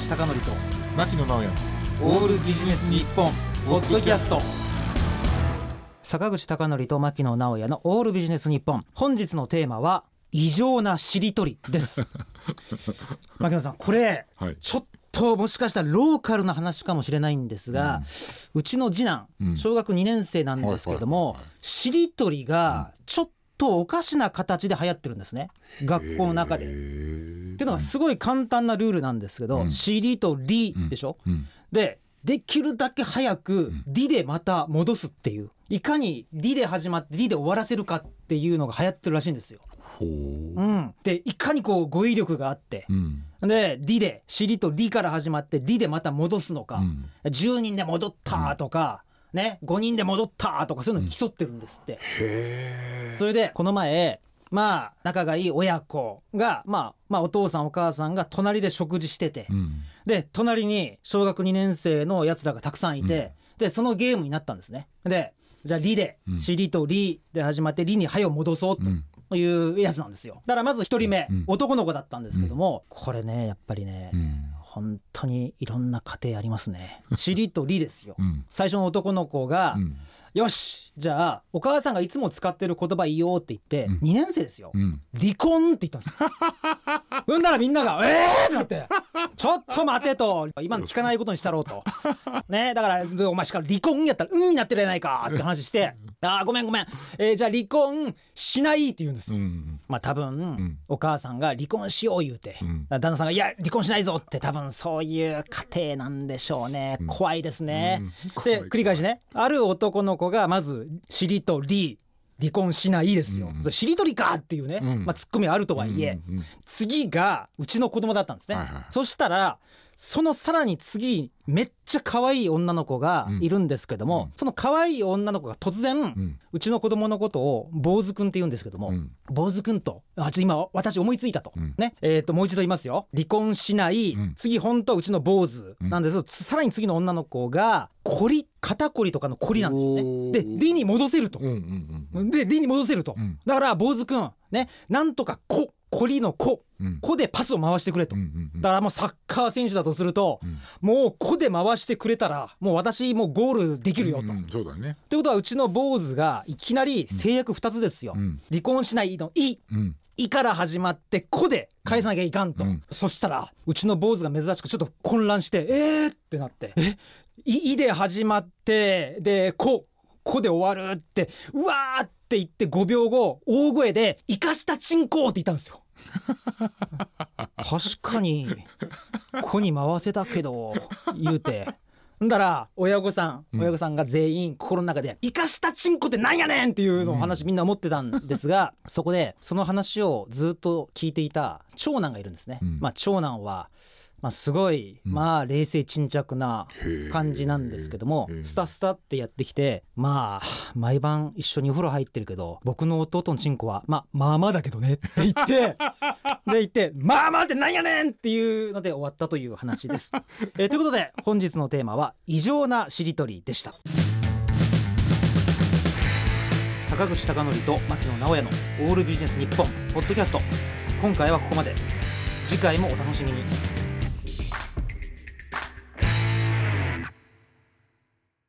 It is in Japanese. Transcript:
口貴教と牧野直哉オールビジネス日本ポッドキャスト。坂口貴教と牧野直哉のオールビジネス日本、本日のテーマは異常なしりとりです牧野さん、これ、はい、ちょっともしかしたらローカルな話かもしれないんですが、うちの次男、小学2年生なんですけれども、しりとりがちょっとおかしな形で流行ってるんですね、学校の中で。っていうのがすごい簡単なルールなんですけど、しりとりでしょ、できるだけ早くりでまた戻すっていう、いかにりで始まってりで終わらせるかっていうのが流行ってるらしいんですよ。でいかにこう語彙力があって、でりでしりとりから始まってりでまた戻すのか、10人で戻ったとか、5人で戻ったとか、そういうの競ってるんですって。それでこの前、仲がいい親子が、お父さんお母さんが隣で食事してて、で隣に小学2年生のやつらがたくさんいて、でそのゲームになったんですね。でじゃありで、しりとりで始まってりにはよ戻そうというやつなんですよ。だからまず1人目、男の子だったんですけども、これねやっぱりね、本当にいろんな家庭ありますね。しりとりですよ、最初の男の子が、よしじゃあお母さんがいつも使ってる言葉言いようって言って、2年生ですよ、離婚って言ったんですよ。ならみんながってなって、ちょっと待てと、今の聞かないことにしたろうとだからお前しか離婚やったらになってるやないかって話して、ごめん、じゃあ離婚しないって言うんですよ。多分、お母さんが離婚しよう言うて、旦那さんがいや離婚しないぞって、多分そういう家庭なんでしょうね。怖いですね。で繰り返しね、ある男の子がまずしりとり離婚しないですよ、しりとりかっていうね、ツッコミはあるとはいえ、次がうちの子供だったんですね、そしたらそのさらに次めっちゃ可愛い女の子がいるんですけども、その可愛い女の子が突然、うちの子供のことを坊主くんって言うんですけども、坊主くんと今私思いついたと、もう一度言いますよ。離婚しない、次本当はうちの坊主なんですけど、さらに次の女の子がこり、肩こりとかのこりなんですよね。でりに戻せると、でりに戻せると、だから坊主くんなんとかこりのこでパスを回してくれと、だからもうサッカー選手だとすると、もうこで回してくれたらもう私もうゴールできるよと、 そうだね。 ってことはうちの坊主がいきなり制約2つですよ、離婚しないのいから始まってこで返さなきゃいかんと、そしたらうちの坊主が珍しくちょっと混乱してってなって、いで始まってでこで終わるって、うわーって言って5秒後大声で生かしたチンコって言ったんですよ確かにこに回せたけど言うて、だから親御さんが全員心の中で生かしたチンコってなんやねんっていうのを話みんな思ってたんですが、そこでその話をずっと聞いていた長男がいるんですね。長男はすごい冷静沈着な感じなんですけども、スタスタってやってきて、毎晩一緒にお風呂入ってるけど僕の弟のチンコはまあだけどねって言ってまあってなんやねんっていうので終わったという話です。ということで本日のテーマは異常なしりとりでした。坂口貴教と牧野直哉のオールビジネス日本ポッドキャスト、今回はここまで。次回もお楽しみに。